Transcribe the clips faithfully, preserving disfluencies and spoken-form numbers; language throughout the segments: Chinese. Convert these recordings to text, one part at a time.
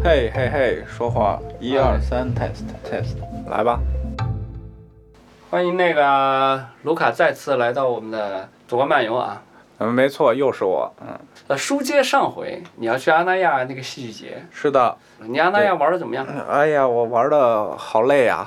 嘿嘿嘿，说话，一二三 ，test test，来吧。 欢迎那个卢卡再次来到我们的主观漫游啊。 嗯，没错，又是我。嗯。 呃，书接上回，你要去阿那亚那个戏剧节。 是的。 你阿那亚玩的怎么样？ 哎呀，我玩的好累啊。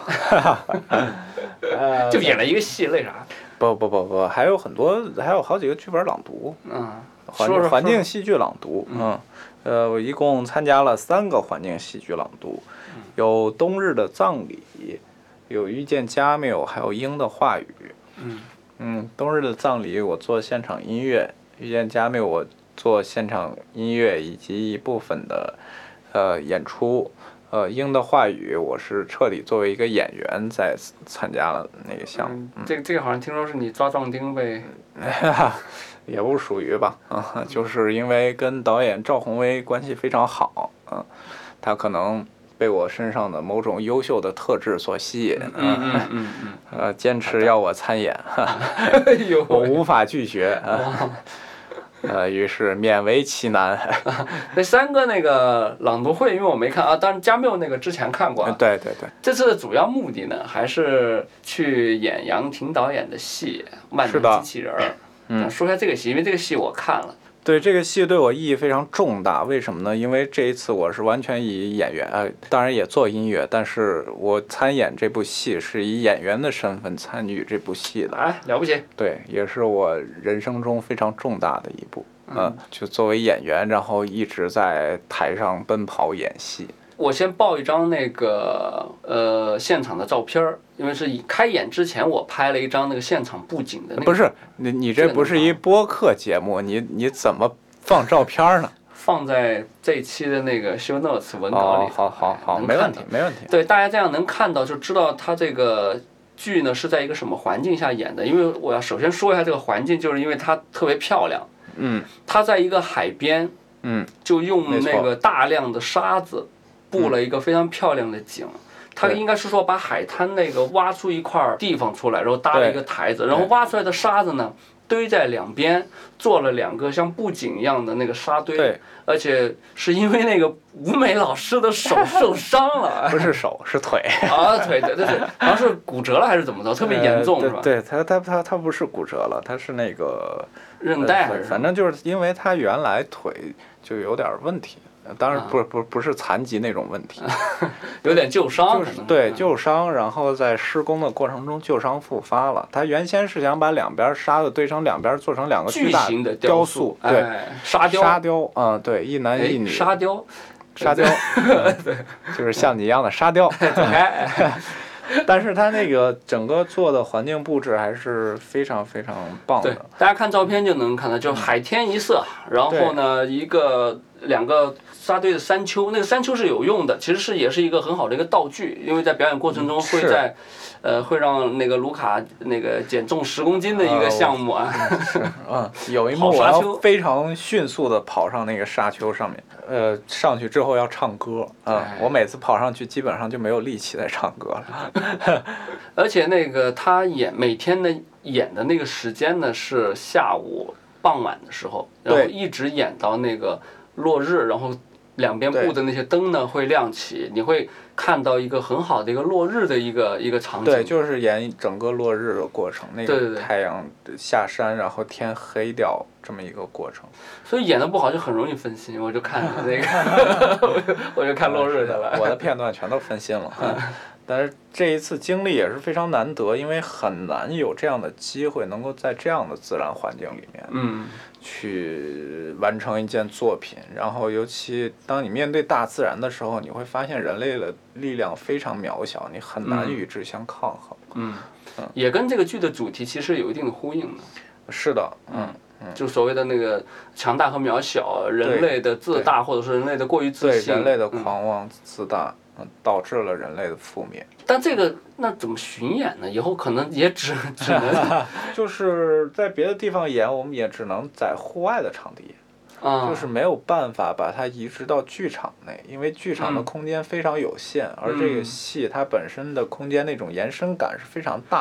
就演了一个戏，累啥？ 不不不不，还有很多，还有好几个剧本朗读。 嗯。 环境环境戏剧朗读。嗯。呃，我一共参加了三个环境戏剧朗读，有冬日的葬礼，有遇见加缪，还有鹰的话语。 嗯嗯，冬日的葬礼我做现场音乐，遇见加缪我做现场音乐以及一部分的呃演出。呃，鹰的话语我是彻底作为一个演员在参加了那个项目。 嗯、这个这个好像听说是你抓壮丁呗。 也不属于吧，啊，就是因为跟导演赵宏威关系非常好，嗯，他可能被我身上的某种优秀的特质所吸引， 嗯嗯嗯嗯， 呃，坚持要我参演，我无法拒绝，啊，呃，于是勉为其难。 那三个那个朗读会，因为我没看啊，当然加缪那个之前看过、啊。 对对对。 这次的主要目的呢，还是去演杨婷导演的戏《万能机器人》。嗯，说一下这个戏，因为这个戏我看了。 对，这个戏对我意义非常重大，为什么呢？因为这一次我是完全以演员，呃，当然也做音乐，但是我参演这部戏是以演员的身份参与这部戏的。 哎，了不起！ 对，也是我人生中非常重大的一部。嗯，就作为演员，然后一直在台上奔跑演戏。 我先报一张那个呃现场的照片儿，因为是以开演之前我拍了一张那个现场布景的那个。 不是你你这不是一播客节目，你你怎么放照片呢？ 放在这期的那个 show notes 文稿里。 哦，好好好，没问题没问题。 对，大家这样能看到，就知道他这个剧呢是在一个什么环境下演的。因为我要首先说一下这个环境，就是因为它特别漂亮。 嗯。 它在一个海边。 嗯。 就用那个大量的沙子。布了一个非常漂亮的景，他应该是说把海滩那个挖出一块地方出来，然后搭了一个台子，然后挖出来的沙子呢堆在两边，做了两个像布景一样的那个沙堆，而且是因为那个吴美老师的手受伤了， 不是手是腿啊，腿对对对，好像是骨折了还是怎么着，特别严重是吧？ 对，他他他他不是骨折了，他是那个韧带还是， 反正就是因为他原来腿就有点问题。当然不不不是残疾那种问题， 有点旧伤， 就是对旧伤，然后在施工的过程中旧伤复发了。他原先是想把两边沙子堆成两边，做成两个巨大的雕塑，对， 沙雕， 沙雕，嗯，对，一男一女， 沙雕， 沙雕，对，就是像你一样的沙雕。但是它那个整个做的环境布置还是非常非常棒的。 对，大家看照片就能看到，就海天一色，然后呢，一个两个沙堆的山丘，那个山丘是有用的，其实是也是一个很好的一个道具，因为在表演过程中会在，呃，会让那个卢卡那个减重十公斤的一个项目啊。 是，嗯，有一幕我要非常迅速的跑上那个沙丘上面，呃，上去之后要唱歌，嗯，我每次跑上去基本上就没有力气再唱歌了。 而且那个他演每天的演的那个时间呢是下午傍晚的时候，然后一直演到那个落日，然后两边布的那些灯呢会亮起，你会看到一个很好的一个落日的一个一个场景。 对，就是演整个落日的过程，那个太阳下山，然后天黑掉这么一个过程。 所以演得不好就很容易分心，我就看那个，我就我就看落日去了。 我的片段全都分心了。但是这一次经历也是非常难得，因为很难有这样的机会能够在这样的自然环境里面， 嗯， 去完成一件作品。然后尤其当你面对大自然的时候，你会发现人类的力量非常渺小，你很难与之相抗衡。 嗯，嗯也跟这个剧的主题其实有一定的呼应的。 是的，嗯。 嗯，就所谓的那个强大和渺小，人类的自大或者是人类的过于自信， 对人类的狂妄自大，嗯，导致了人类的覆灭。 但这个那怎么巡演呢？以后可能也只只能就是在别的地方演，我们也只能在户外的场地演。 啊， 就是没有办法把它移植到剧场内，因为剧场的空间非常有限， 嗯、 而这个戏它本身的空间那种延伸感是非常大的。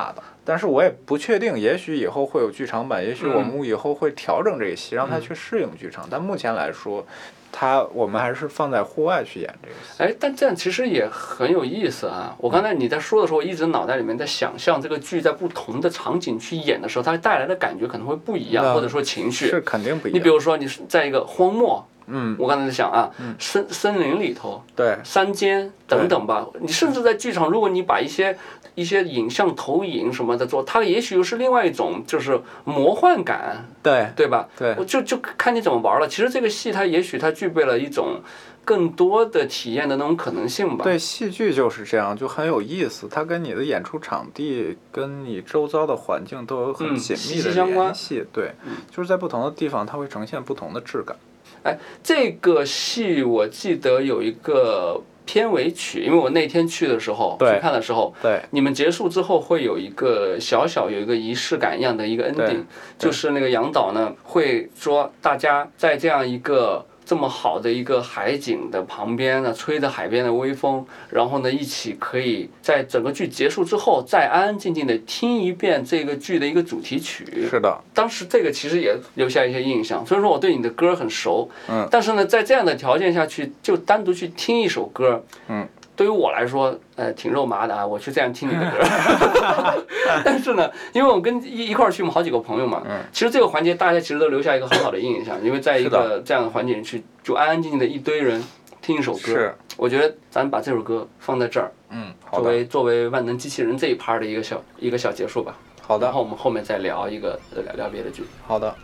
但是我也不确定，也许以后会有剧场版，也许我嗯们以后会调整这个戏，让它去适应剧场。但目前来说，它我们还是放在户外去演这个戏。 哎，但这样其实也很有意思啊！我刚才你在说的时候，我一直脑袋里面在想象这个剧在不同的场景去演的时候，它带来的感觉可能会不一样，或者说情绪是肯定不一样。 你比如说，你是在一个荒漠。 嗯， 我刚才在想啊，嗯、森森林里头， 对， 山间等等吧。你甚至在剧场，如果你把一些一些影像投影什么的做，它也许又是另外一种就是魔幻感， 对对吧？ 对， 我就就看你怎么玩了。其实这个戏它也许它具备了一种更多的体验的那种可能性吧。 对，戏剧就是这样，就很有意思。它跟你的演出场地、跟你周遭的环境都有很紧密的联系。嗯、对， 嗯、 就是在不同的地方，它会呈现不同的质感。 哎，这个戏我记得有一个片尾曲，因为我那天去的时候去看的时候， 对， 你们结束之后会有一个小小有一个仪式感一样的一个 ending，就是那个杨导呢会说大家在这样一个这么好的一个海景的旁边呢，吹着海边的微风，然后呢一起可以在整个剧结束之后再安安静静的听一遍这个剧的一个主题曲。 是的， 当时这个其实也留下一些印象，虽然说我对你的歌很熟， 嗯， 但是呢在这样的条件下去就单独去听一首歌， 嗯。 对于我来说，呃，挺肉麻的啊，我去这样听你的歌。但是呢，因为我跟一一块儿去，我们好几个朋友嘛， 嗯， 其实这个环节大家其实都留下一个很好的印象，因为在一个这样的环境去，就安安静静的一堆人听一首歌。 是， 我觉得咱把这首歌放在这儿， 嗯， 作为作为万能机器人这一趴的一个小一个小结束吧。 好的。 然后我们后面再聊一个聊聊别的剧。 好的。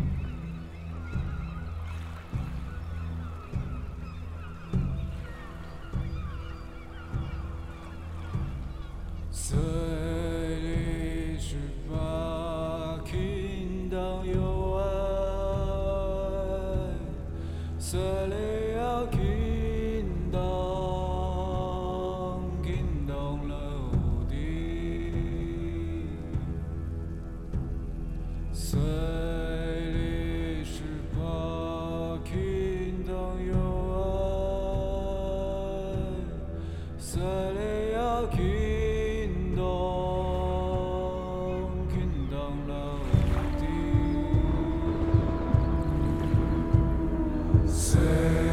水里是把金当有爱，水里要金当金当了无敌，水里是把金当有爱，水里要金。Say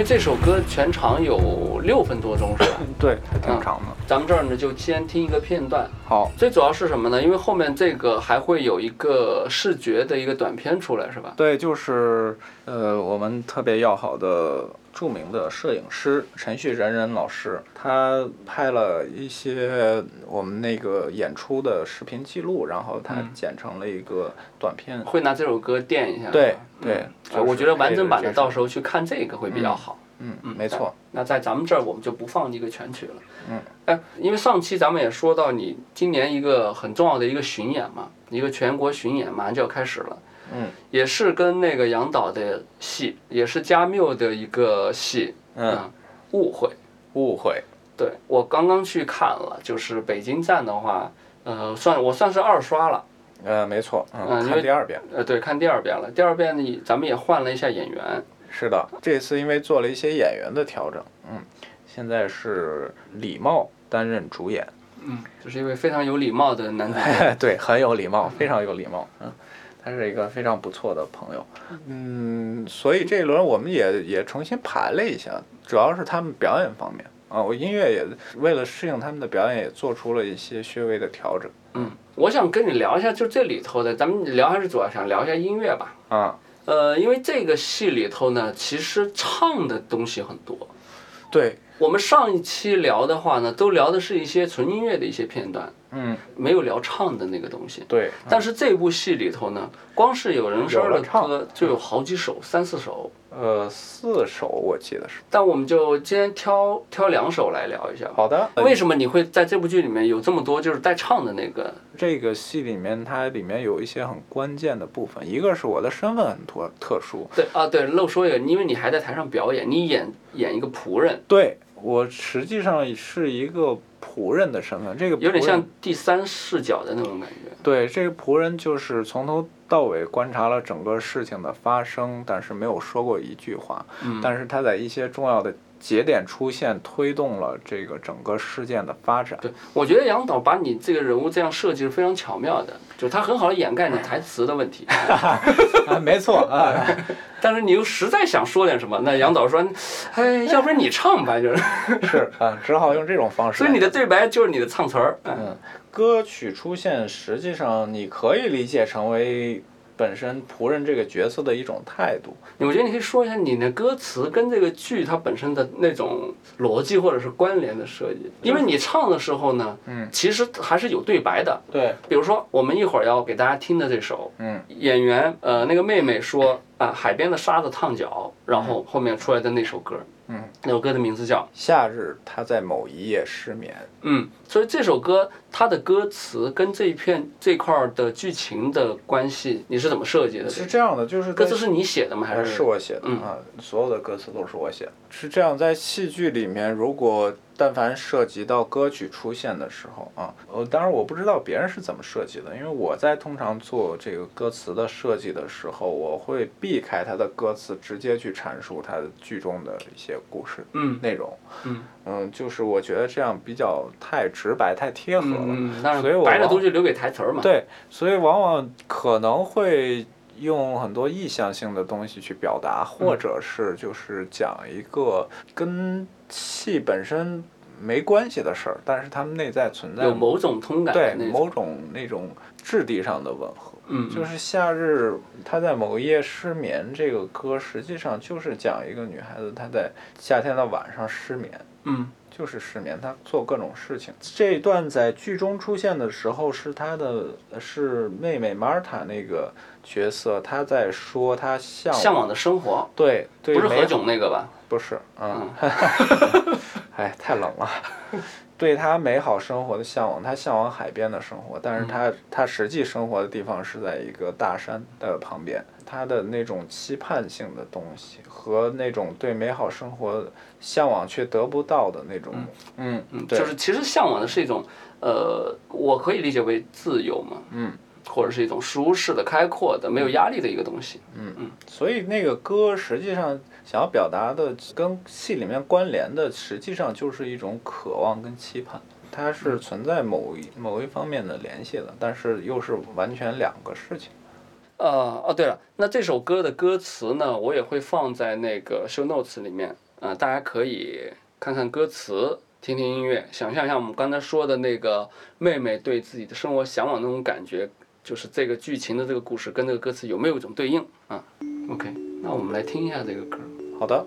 为这首歌全长有六分多钟是吧？ 对，还挺长的。 嗯，咱们这儿呢就先听一个片段。 好， 最主要是什么呢？因为后面这个还会有一个视觉的一个短片出来是吧？ 对，就是呃我们特别要好的著名的摄影师陈旭仁仁老师，他拍了一些我们那个演出的视频记录，然后他剪成了一个短片。 会拿这首歌垫一下。 对对、 嗯，我觉得完整版的到时候去看这个会比较好。 嗯嗯，没错。 那在咱们这儿我们就不放一个全曲了。 嗯， 哎，因为上期咱们也说到你今年一个很重要的一个巡演嘛，一个全国巡演马上就要开始了。 嗯， 也是跟那个杨导的戏，也是加缪的一个戏。 嗯， 嗯误会。 误会。 对，我刚刚去看了，就是北京站的话，呃，算我算是二刷了。 呃，没错。嗯， 嗯看第二遍。 呃，对，看第二遍了。第二遍呢，咱们也换了一下演员。 是的，这次因为做了一些演员的调整，嗯，现在是李茂担任主演， 嗯，就是一位非常有礼貌的男主角。 对，很有礼貌，非常有礼貌，嗯，他是一个非常不错的朋友，嗯，所以这一轮我们也也重新排了一下，主要是他们表演方面啊，我音乐也为了适应他们的表演，也做出了一些稍微的调整。 嗯，我想跟你聊一下，就这里头的，咱们聊还是主要想聊一下音乐吧。 啊。 呃，因为这个戏里头呢，其实唱的东西很多。 对， 我们上一期聊的话呢，都聊的是一些纯音乐的一些片段， 嗯， 没有聊唱的那个东西。 对， 但是这部戏里头呢，光是有人声的歌就有好几首，三四首。 呃，四首我记得是。 但我们就今天挑挑两首来聊一下。 好的。 为什么你会在这部剧里面有这么多就是带唱的那个？ 这个戏里面，它里面有一些很关键的部分，一个是我的身份很特特殊。 对啊，对，漏说一个，因为你还在台上表演，你演演一个仆人。 对，我实际上是一个仆人的身份，这个有点像第三视角的那种感觉。 对，这个仆人就是从头到尾观察了整个事情的发生，但是没有说过一句话。 嗯， 但是他在一些重要的节点出现，推动了这个整个事件的发展。 对，我觉得杨导把你这个人物这样设计是非常巧妙的，就是他很好的掩盖你台词的问题。 啊，没错啊。 但是你又实在想说点什么，那杨导说：“哎，要不然你唱吧。”就是是啊，只好用这种方式。 所以你的对白就是你的唱词儿。 嗯，歌曲出现，实际上你可以理解成为本身仆人这个角色的一种态度。 我觉得你可以说一下你的歌词跟这个剧它本身的那种逻辑或者是关联的设计，因为你唱的时候呢， 嗯， 其实还是有对白的。 对， 比如说我们一会儿要给大家听的这首， 嗯， 演员呃那个妹妹说啊海边的沙子烫脚，然后后面出来的那首歌， 嗯， 那首歌的名字叫《 夏日他在某一夜失眠》。 嗯，所以这首歌它的歌词跟这一片这块的剧情的关系，你是怎么设计的？ 是这样的，就是歌词是你写的吗？还是是我写的、 嗯、 啊？所有的歌词都是我写的。是这样，在戏剧里面，如果但凡涉及到歌曲出现的时候啊，呃，当然我不知道别人是怎么设计的，因为我在通常做这个歌词的设计的时候，我会避开它的歌词，直接去阐述它的剧中的一些故事嗯内容。 嗯嗯，就是我觉得这样比较太直白、太贴合了。 嗯，当然， 所以我白的东西留给台词儿嘛。 对，所以往往可能会用很多意象性的东西去表达，或者是就是讲一个跟戏本身没关系的事儿，但是他们内在存在有某种通感的对那种某种那种质地上的吻合。 嗯， 就是夏日他在某一夜失眠这个歌，实际上就是讲一个女孩子她在夏天的晚上失眠。 嗯， 就是失眠，她做各种事情。这一段在剧中出现的时候，是她的是妹妹 Marta 那个角色，她在说她向往向往的生活。 对对， 不是何炅那个吧？ 不是，嗯， 嗯哎，太冷了。对她美好生活的向往，她向往海边的生活，但是她、嗯、她实际生活的地方是在一个大山的旁边。她的那种期盼性的东西和那种对美好生活向往却得不到的那种，嗯嗯，就是其实向往的是一种，呃，我可以理解为自由嘛， 嗯， 或者是一种舒适的、开阔的、没有压力的一个东西， 嗯嗯。所以那个歌实际上想要表达的跟戏里面关联的，实际上就是一种渴望跟期盼，它是存在某一某一方面的联系的，但是又是完全两个事情。 呃哦，对了，那这首歌的歌词呢，我也会放在那个 show notes 里面。 呃，大家可以看看歌词，听听音乐，想象一下我们刚才说的那个妹妹对自己的生活向往那种感觉，就是这个剧情的这个故事跟这个歌词有没有一种对应啊 ？OK， 那我们来听一下这个歌。 好的。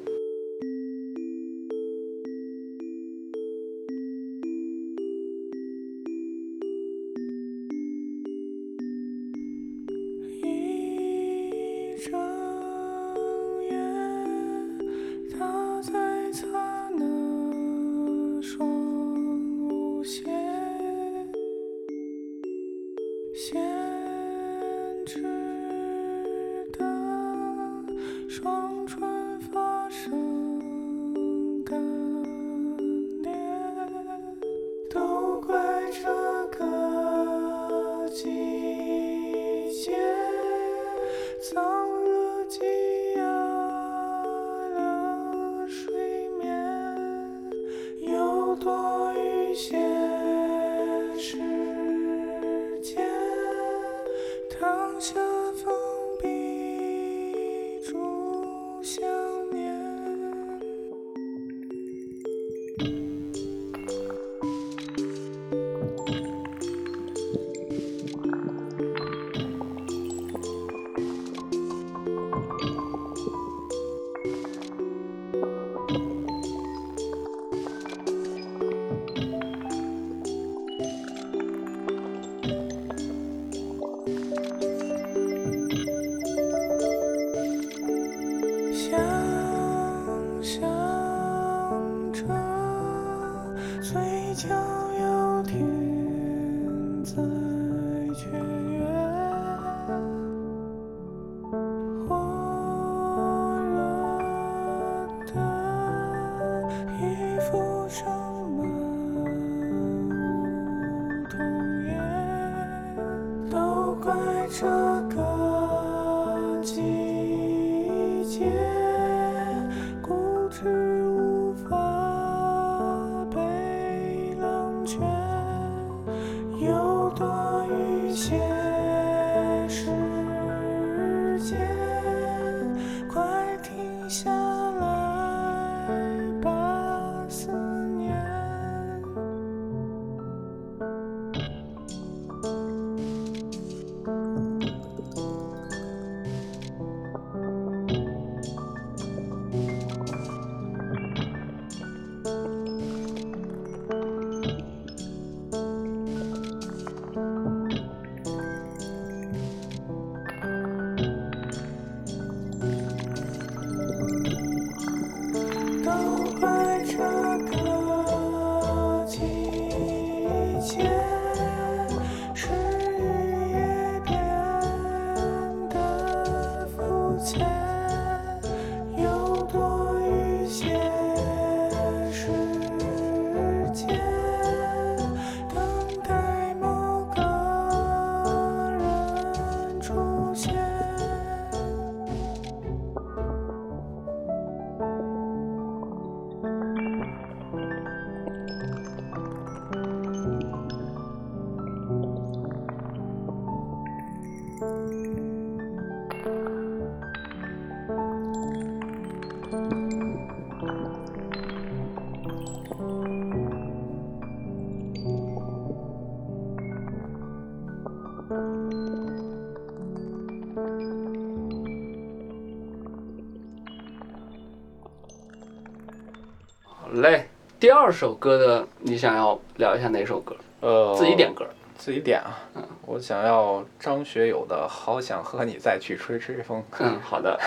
好嘞，第二首歌的你想要聊一下哪首歌？ 呃， 自己点歌。 自己点啊。嗯，我想要张学友的《好想和你再去吹吹风》。 嗯，好的。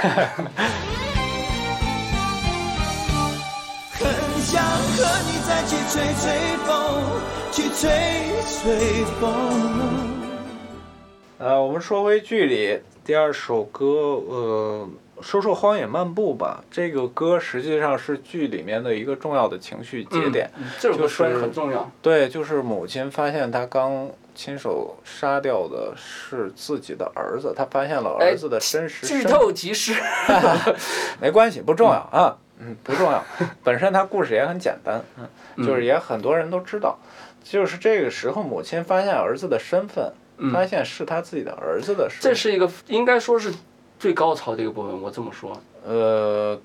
很想和你再去吹吹风，去吹吹风。 呃，我们说回剧里第二首歌，呃，说说《荒野漫步》吧。这个歌实际上是剧里面的一个重要的情绪节点， 嗯、这首歌说很重要。 对，就是母亲发现她刚亲手杀掉的是自己的儿子，她发现了儿子的真实身。 剧透提示。 没关系，不重要啊。嗯，不重要。本身它故事也很简单，嗯，就是也很多人都知道。就是这个时候，母亲发现儿子的身份，嗯、发现是他自己的儿子的时候， 这是一个应该说是最高潮的一个部分。我这么说， 呃，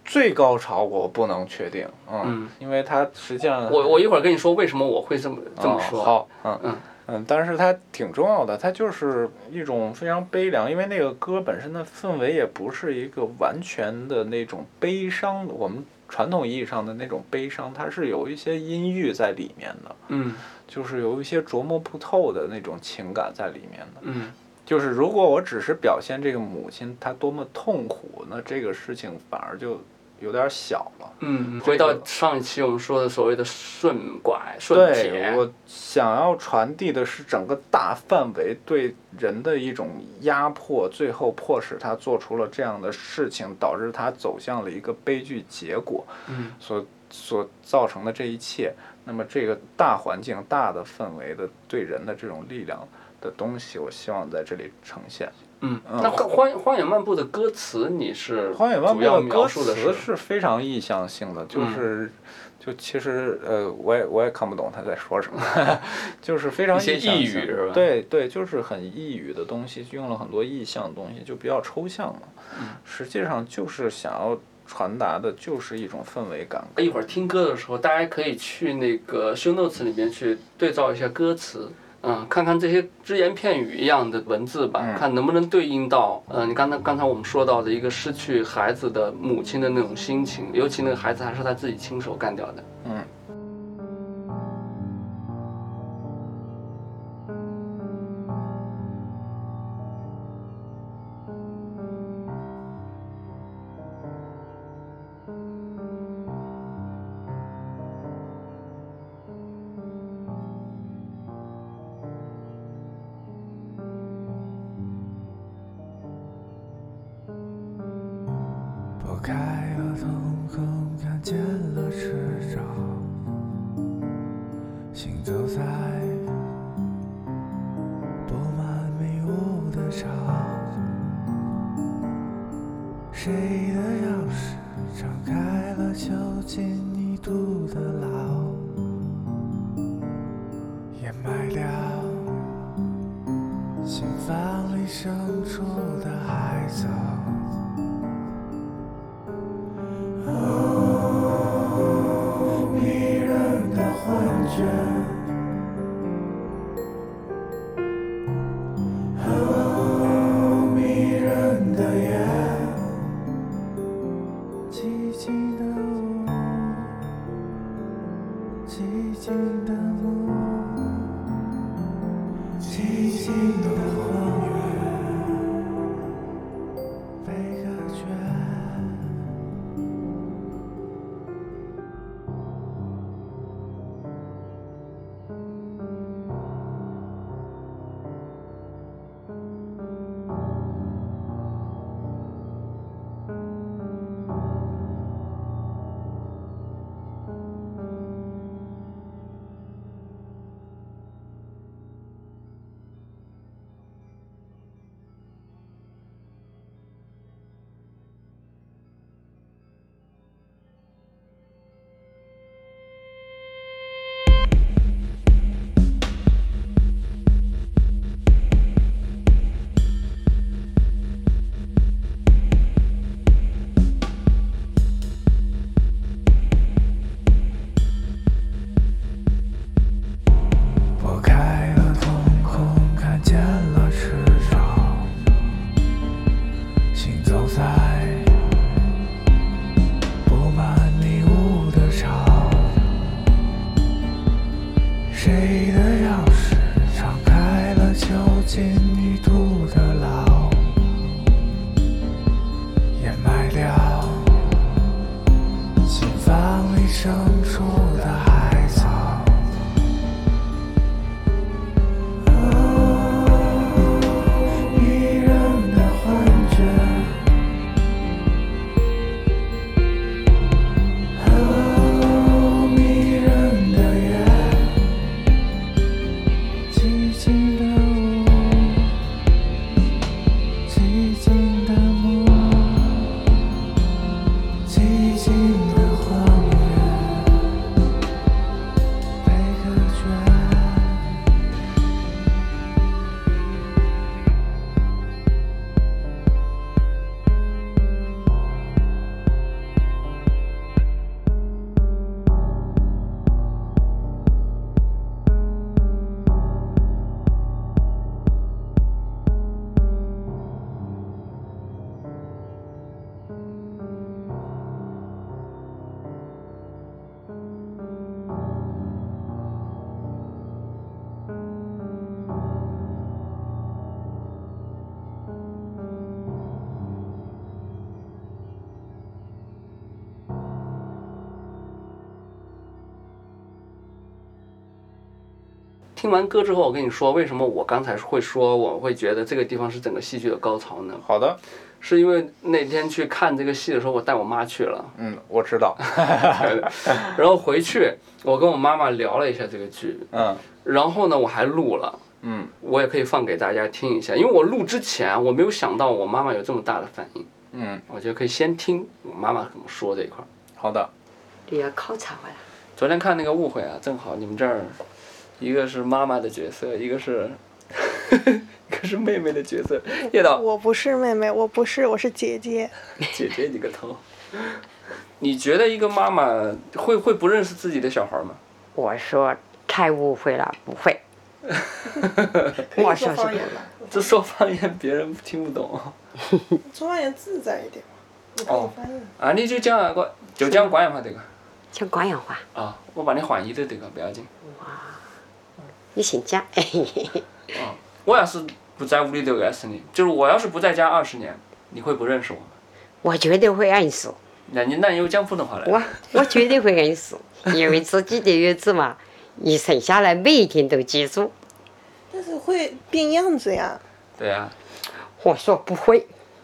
最高潮我不能确定，嗯， 嗯因为它实际上我我一会儿跟你说为什么我会这么这么说。 哦、好，嗯嗯嗯，但是它挺重要的，它就是一种非常悲凉，因为那个歌本身的氛围也不是一个完全的那种悲伤的，我们传统意义上的那种悲伤，它是有一些阴郁在里面的， 嗯就是有一些琢磨不透的那种情感在里面的。 嗯就是如果我只是表现这个母亲她多么痛苦，那这个事情反而就有点小了。 嗯，回到上一期我们说的所谓的顺拐顺对， 撇， 我想要传递的是整个大范围对人的一种压迫，最后迫使他做出了这样的事情，导致他走向了一个悲剧结果。 嗯所所造成的这一切，那么这个大环境、大的氛围的对人的这种力量的东西，我希望在这里呈现。 嗯，那《荒荒野漫步》的歌词你是荒野漫步主要的歌描述的词是非常意象性的，就是、 嗯、 就其实呃，我也我也看不懂他在说什么，就是非常意象性， 一些意语是吧？ 对对，就是很意语的东西，用了很多意象的东西，就比较抽象嘛。 嗯， 实际上就是想要传达的就是一种氛围感。 一会儿听歌的时候，大家可以去那个 show notes 里面去对照一下歌词。嗯，看看这些只言片语一样的文字吧， 嗯、 看能不能对应到，呃，你刚才刚才我们说到的一个失去孩子的母亲的那种心情，尤其那个孩子还是他自己亲手干掉的。 嗯。 拨开了瞳孔，看见了赤照，行走在布满迷雾的潮，谁的钥匙敞开了囚禁泥土的牢，掩埋掉心房里深处的海藻。哦，迷人的夜，寂静的雾，寂静的梦，寂静的荒原，被隔绝。 听完歌之后，我跟你说，为什么我刚才会说我会觉得这个地方是整个戏剧的高潮呢？ 好的。 是因为那天去看这个戏的时候，我带我妈去了。 嗯，我知道。 然后回去，我跟我妈妈聊了一下这个剧。 嗯。 然后呢，我还录了。 嗯。 我也可以放给大家听一下，因为我录之前我没有想到我妈妈有这么大的反应。 嗯。 我觉得可以先听我妈妈怎么说这一块。 好的。 你要考察回来。 昨天看那个误会啊，正好你们这儿，一个是妈妈的角色，一个是。一个是妹妹的角色，叶导。 我不是妹妹，我不是，我是姐姐。 姐姐你个头！你觉得一个妈妈会会不认识自己的小孩吗？ 我说太误会了，不会。我说是。 这说方言别人听不懂。 说方言自在一点嘛，你可以翻译。 啊，你就讲那个，就讲广阳话这个。 讲广阳话。 啊，我帮你换一点这个，不要紧。 哇，你姓贾。 啊，我要是不在屋里头认识你，就是我要是不在家二十年，你会不认识我吗？ 我绝对会认识。 那你那你有讲普通话来？ 我我绝对会认识，因为自己的儿子嘛，一生下来每一天都记住。 但是会变样子呀。 对呀、啊。 我说不会，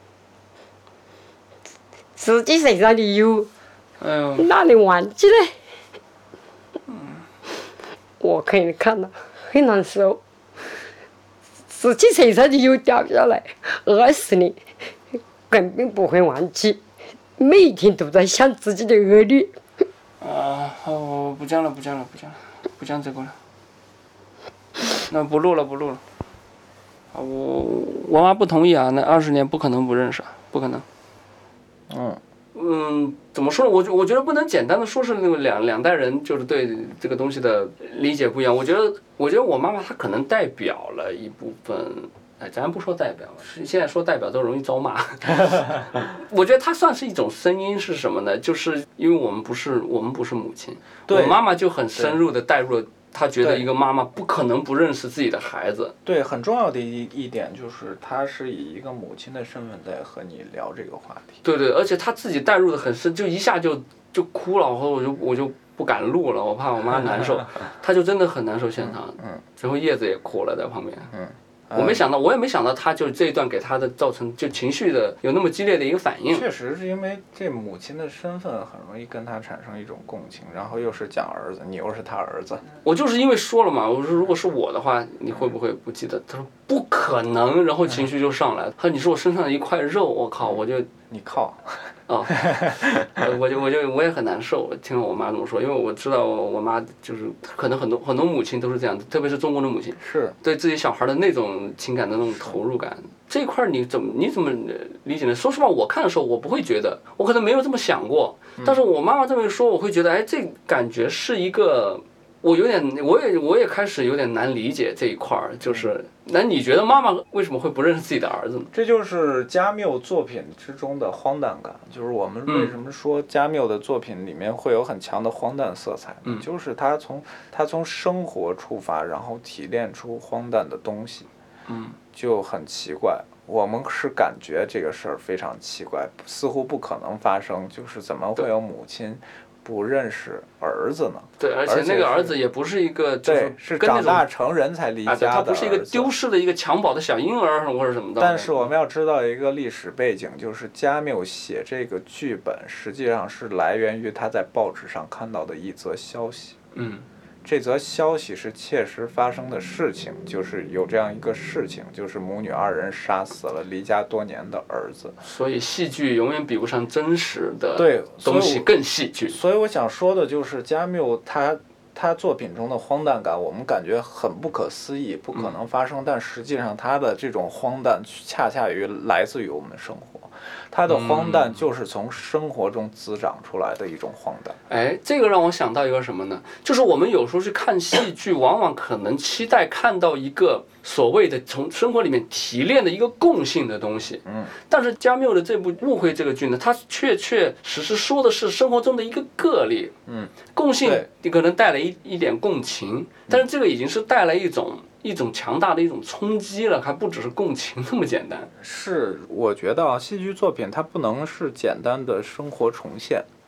自己身上的油， 哎呦， 哪能忘记呢？嗯，我可以看到很难受。自己身上的油掉下来，二十年根本不会忘记，每一天都在想自己的儿女。 啊，我不讲了，不讲了，不讲了，不讲这个了。那不录了，不录了。啊，我我妈不同意啊，那二十年不可能不认识，不可能。 嗯。 嗯，怎么说呢？我觉我觉得不能简单的说是那个两两代人就是对这个东西的理解不一样。我觉得，我觉得我妈妈她可能代表了一部分，哎，咱不说代表，现在说代表都容易遭骂。我觉得她算是一种声音是什么呢？就是因为我们不是我们不是母亲，我妈妈就很深入的带入了。他觉得一个妈妈不可能不认识自己的孩子。 对，很重要的一一点就是，她是以一个母亲的身份在和你聊这个话题。 对对，而且她自己带入的很深，就一下就就哭了，然后我就我就不敢录了，我怕我妈难受，她就真的很难受现场。 嗯。 最后叶子也哭了在旁边。 嗯。 我没想到，我也没想到他就这一段给他的造成就情绪的有那么激烈的一个反应。 确实是因为这母亲的身份很容易跟他产生一种共情，然后又是讲儿子，你又是他儿子。 我就是因为说了嘛，我说如果是我的话，你会不会不记得？他说不可能，然后情绪就上来了。他说你是我身上的一块肉，我靠，我就你靠。 哦，我就我就我也很难受，听了我妈这么说，因为我知道我妈就是可能很多很多母亲都是这样的，特别是中国的母亲， 是对自己小孩的那种情感的那种投入感，这块你怎么你怎么理解呢？说实话，我看的时候我不会觉得，我可能没有这么想过，但是我妈妈这么一说，我会觉得，哎，这感觉是一个。我有点，我也我也开始有点难理解这一块儿，就是，那你觉得妈妈为什么会不认识自己的儿子呢？ 这就是加缪作品之中的荒诞感，就是我们为什么说加缪的作品里面会有很强的荒诞色彩， 嗯， 就是他从他从生活出发，然后提炼出荒诞的东西， 嗯， 就很奇怪。我们是感觉这个事儿非常奇怪，似乎不可能发生，就是怎么会有母亲不认识儿子呢？ 对，而且那个儿子也不是一个，就是是长大成人才离家的儿子， 他不是一个丢失的一个襁褓的小婴儿或者什么的。 但是我们要知道一个历史背景，就是加缪写这个剧本，实际上是来源于他在报纸上看到的一则消息。 嗯。 这则消息是切实发生的事情，就是有这样一个事情，就是母女二人杀死了离家多年的儿子。 所以戏剧永远比不上真实的对东西更戏剧。 所以我想说的就是加缪他他作品中的荒诞感，我们感觉很不可思议，不可能发生，嗯、但实际上他的这种荒诞恰恰于来自于我们生活。他的荒诞就是从生活中滋长出来的一种荒诞。 哎，这个让我想到一个什么呢？就是我们有时候去看戏剧，往往可能期待看到一个所谓的从生活里面提炼的一个共性的东西。 嗯。 但是加缪的这部《误会》这个剧呢，它确确实实说的是生活中的一个个例。 嗯。 共性你可能带来一一点共情，但是这个已经是带来一种。一种强大的一种冲击了，还不只是共情那么简单。 是，我觉得啊，戏剧作品它不能是简单的生活重现，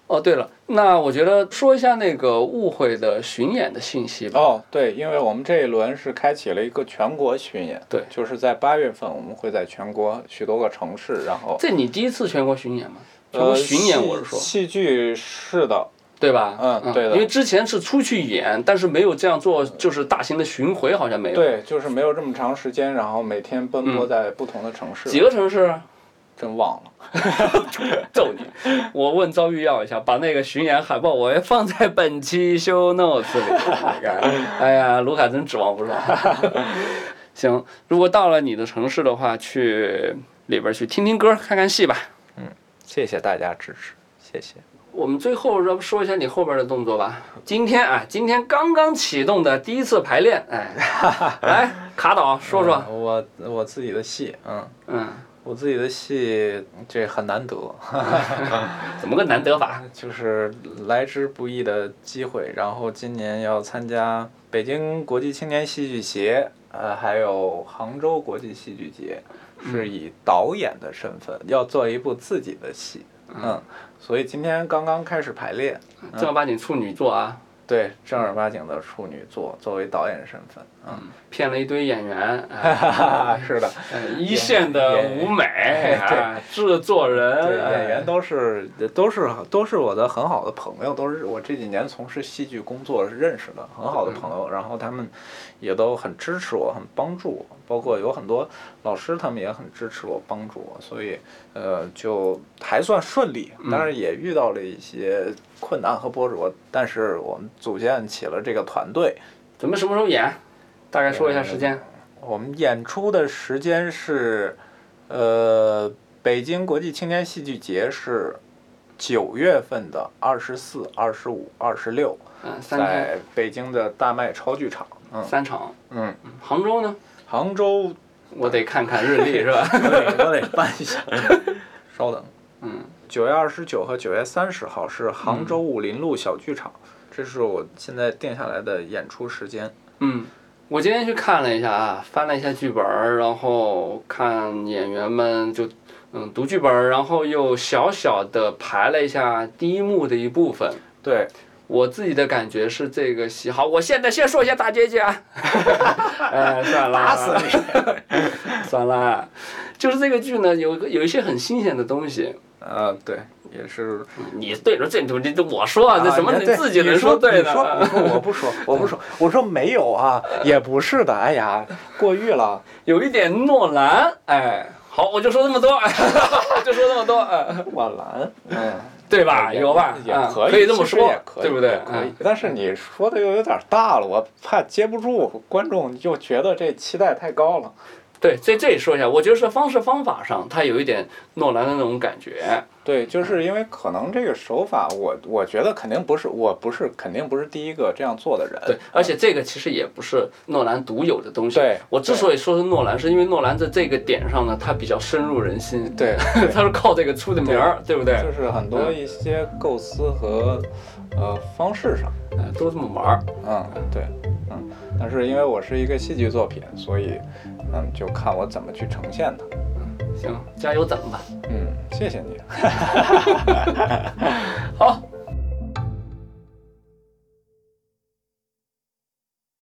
哦，对了，那我觉得说一下那个误会的巡演的信息吧。 哦，对，因为我们这一轮是开启了一个全国巡演， 对， 就是在八月份我们会在全国许多个城市，然后这你第一次全国巡演吗？全国巡演，我是说。 呃、戏剧是的。 对吧？ 嗯，对的。 因为之前是出去演，但是没有这样做，就是大型的巡回，好像没有。 对，就是没有这么长时间，然后每天奔波在不同的城市。 嗯、几个城市？ 真忘了。 揍你！我问遭遇要一下，把那个巡演海报我也放在本期 show notes 里。哎呀，卢卡真指望不上。行，如果到了你的城市的话，去里边去听听歌，看看戏吧。 嗯，谢谢大家支持，谢谢。 我们最后要不说一下你后边的动作吧。今天啊，今天刚刚启动的第一次排练，哎，来卡导说说。 嗯、我我自己的戏，嗯嗯， 我自己的戏这很难得。 怎么个难得法？ 就是来之不易的机会，然后今年要参加北京国际青年戏剧节，呃，还有杭州国际戏剧节，是以导演的身份要做一部自己的戏。嗯，所以今天刚刚开始排练， 正儿八经处女作啊。 对，正儿八经的处女作，作为导演身份，嗯， 骗了一堆演员， 哎、是的， 一线的舞美，哎、制作人， 对，演员都是都是都是我的很好的朋友，都是我这几年从事戏剧工作认识的很好的朋友，然后他们也都很支持我，很帮助我，包括有很多老师他们也很支持我，帮助我，所以呃就还算顺利，当然也遇到了一些困难和波折，但是我们组建起了这个团队。 准备什么时候演？大概说一下时间。 我们演出的时间是，呃，北京国际青年戏剧节是九月份的二十四、二十五、二十六， 嗯， 在北京的大麦超剧场，嗯， 三场， 嗯， 杭州呢？ 杭州， 我得看看日历是吧？ 我得我得翻一下，稍等， 嗯， 九月二十九和九月三十号是杭州武林路小剧场。嗯，这是我现在定下来的演出时间。 嗯，我今天去看了一下啊，翻了一下剧本，然后看演员们就嗯读剧本，然后又小小的排了一下第一幕的一部分。 对， 我自己的感觉是这个戏好，我现在先说一下大结局啊。哎，算了， 打死你！ 算了，就是这个剧呢，有有一些很新鲜的东西。 呃，对。也是， 你对着这这这我说啊，这什么你自己能说对的？ 你说你说我不说，我不说，我说没有啊，也不是的，哎呀，过誉了， 有一点诺兰，哎，好，我就说这么多，就说这么多，哎， 诺兰，嗯， 对吧？有吧？ 也可以， 可以这么说， 对不对？ 可以，但是你说的又有点大了，我怕接不住，观众就觉得这期待太高了。 对，这这里说一下，我觉得是方式方法上，它有一点诺兰的那种感觉。 对，就是因为可能这个手法，我我觉得肯定不是，我不是肯定不是第一个这样做的人。 对，而且这个其实也不是诺兰独有的东西。 对， 我之所以说是诺兰，是因为诺兰在这个点上呢，他比较深入人心。 对， 他是靠这个出的名儿，对不对？ 就是很多一些构思和、嗯、呃方式上， 呃，都这么玩儿。 嗯，对，嗯，但是因为我是一个戏剧作品，所以。嗯，就看我怎么去呈现它。 行，加油整吧。 嗯，谢谢你。 好，